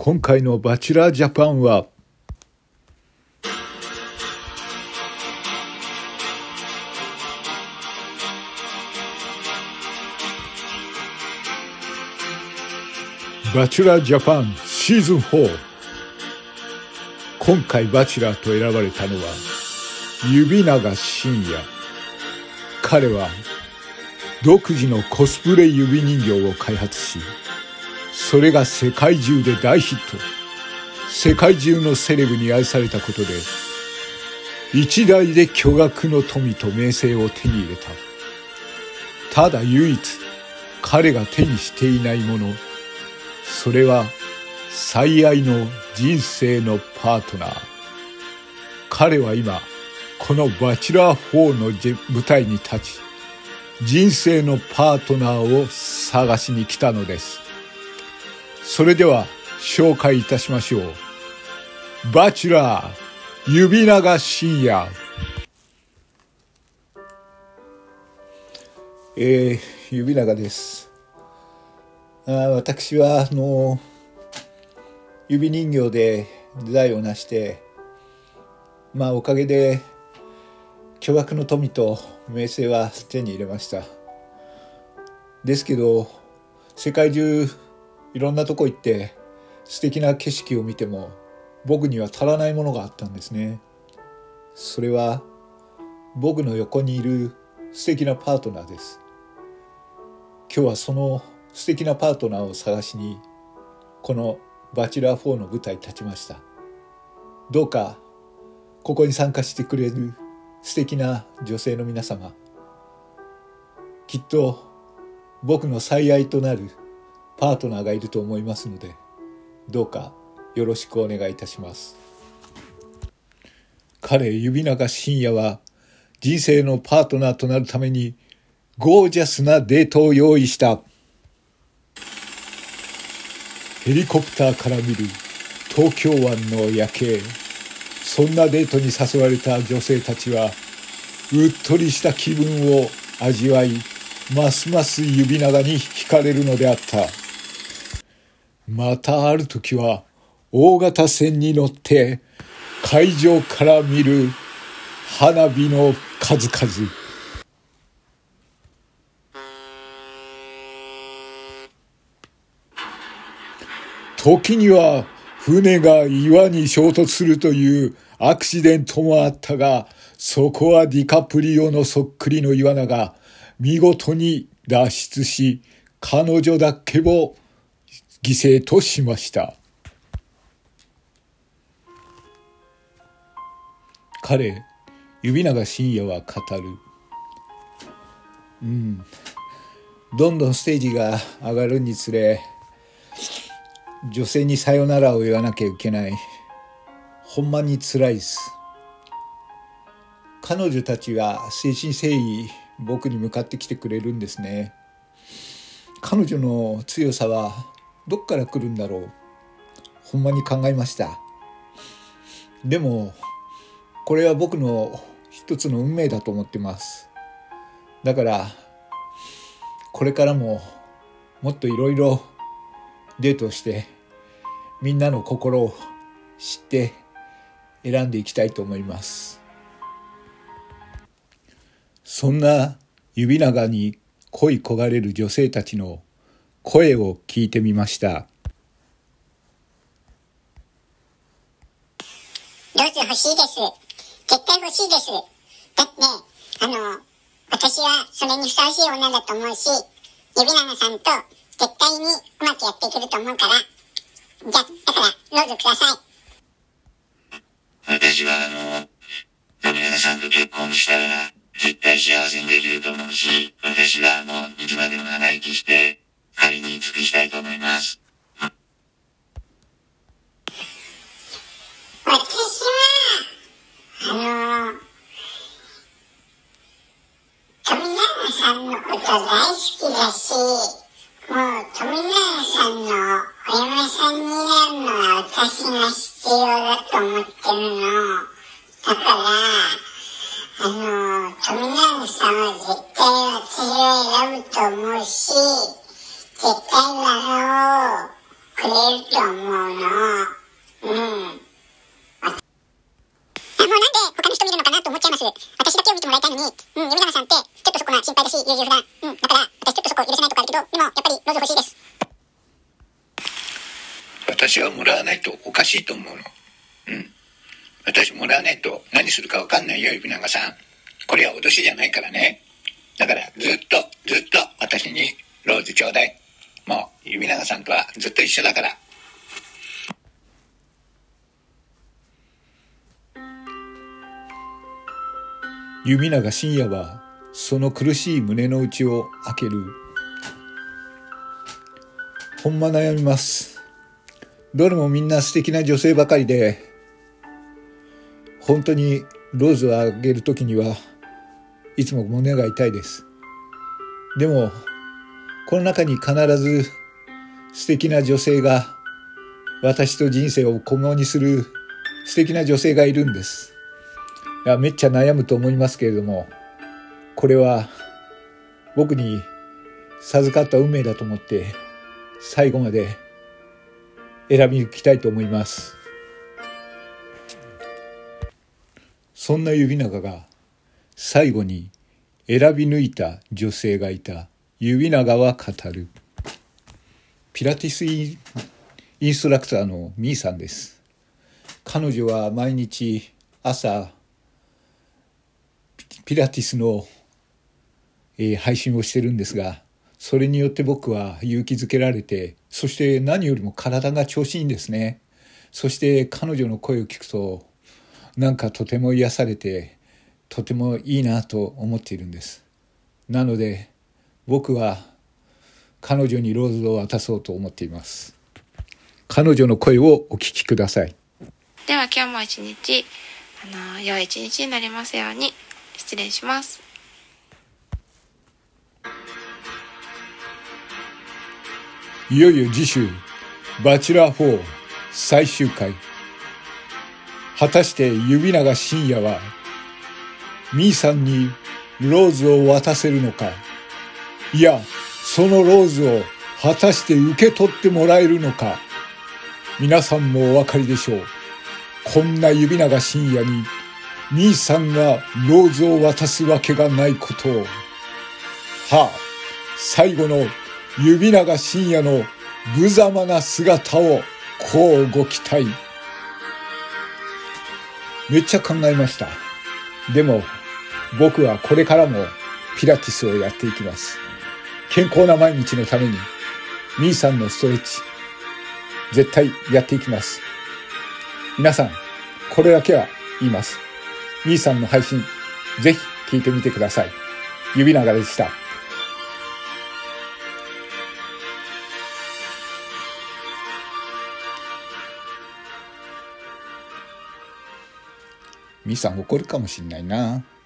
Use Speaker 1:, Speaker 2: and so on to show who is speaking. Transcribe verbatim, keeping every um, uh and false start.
Speaker 1: 今回のバチュラージャパンはバチュラージャパンシーズンフォー。今回バチュラーと選ばれたのは指長信也。彼は独自のコスプレ指人形を開発し、それが世界中で大ヒット。世界中のセレブに愛されたことで、一代で巨額の富と名声を手に入れた。ただ唯一彼が手にしていないもの、それは最愛の人生のパートナー。彼は今このバチュラーフォーの舞台に立ち、人生のパートナーを探しに来たのです。それでは紹介いたしましょう。バチュラー指長信也。えー、指長です。あ私はあの指人形でデザインを成して、まあおかげで巨額の富と名声は手に入れました。ですけど世界中いろんなとこ行って素敵な景色を見ても僕には足らないものがあったんですね。それは僕の横にいる素敵なパートナーです。今日はその素敵なパートナーを探しにこのバチュラーフォーの舞台に立ちました。どうかここに参加してくれる素敵な女性の皆様、きっと僕の最愛となるパートナーがいると思いますので、どうかよろしくお願いいたします。彼指長信也は人生のパートナーとなるためにゴージャスなデートを用意した。ヘリコプターから見る東京湾の夜景。そんなデートに誘われた女性たちはうっとりした気分を味わい、ますます指長に惹かれるのであった。またある時は大型船に乗って海上から見る花火の数々。時には船が岩に衝突するというアクシデントもあったが、そこはディカプリオのそっくりのイワナが見事に脱出し、彼女だけを犠牲としました。彼、指長信也は語る。うん。どんどんステージが上がるにつれ、女性にさよならを言わなきゃいけない。ほんまに辛いです。彼女たちは誠心誠意僕に向かってきてくれるんですね。彼女の強さはどっから来るんだろう。ほんまに考えました。でもこれは僕の一つの運命だと思ってます。だからこれからももっといろいろデートをしてみんなの心を知って選んでいきたいと思います。そんな指長に恋焦がれる女性たちの声を聞いてみました。
Speaker 2: ローズ欲しいです。絶対欲しいです。だってあの私はそれにふさわしい女だと思うし、指長さんと絶対にうまくやっていけると思うから、じゃ、だからローズください。
Speaker 3: 私はあの、富永さんと結婚したら絶対幸せにできると思うし、私はあの、いつまでも長生きして彼に尽くしたいと思います。
Speaker 2: 私は、あの、富永さんのこと大好きだし、もう富永さんのお嫁さんになるのは私が必要だと思ってるの。だから、あの、富永さんは絶対私を選ぶと思うし、絶対長をくれると思うの。うん。もうなんで他の人見るのかなと思っちゃいます。私だけを見てもらいたいのに、うん、指長さんってちょっとそこが心配だし、優柔不断。うん、だから私ちょっとそこ許せないとかあるけど、でもやっぱりローズ欲しいです。
Speaker 3: 私はもらわないとおかしいと思うの。うん。私もらわないと何するかわかんないよ、指長さん。これは脅しじゃないからね。だからずっとずっと私にローズちょうだい。もう指長さんとはずっと一緒だから。
Speaker 1: 指長信也はその苦しい胸の内を開ける。ほんま悩みます。どれもみんな素敵な女性ばかりで、本当にローズをあげるときにはいつも胸が痛いです。でもこの中に必ず素敵な女性が、私と人生を共にする素敵な女性がいるんです。いや、めっちゃ悩むと思いますけれども、これは僕に授かった運命だと思って最後まで選び抜きたいと思います。そんな指長が最後に選び抜いた女性がいた。指長は語る。ピラティスインストラクターのミーさんです。彼女は毎日朝ピラティスの、えー、配信をしてるんですが、それによって僕は勇気づけられて、そして何よりも体が調子いいんですね。そして彼女の声を聞くとなんかとても癒されて、とてもいいなと思っているんです。なので僕は彼女にローズを渡そうと思っています。彼女の声をお聞きください。
Speaker 4: では今日も一日あの良い一日になりますように。失礼します。
Speaker 1: いよいよ次週バチェラーフォー最終回。果たして指長信也はミーさんにローズを渡せるのか、いやそのローズを果たして受け取ってもらえるのか。皆さんもお分かりでしょう。こんな指長信也にミーさんがローズを渡すわけがないことを。はあ、最後の指長信也の無様な姿をこうご期待。めっちゃ考えました。でも僕はこれからもピラティスをやっていきます。健康な毎日のためにミーさんのストレッチ絶対やっていきます。皆さんこれだけは言います。ミーさんの配信ぜひ聞いてみてください。指長でした。ミーさん怒るかもしんないな。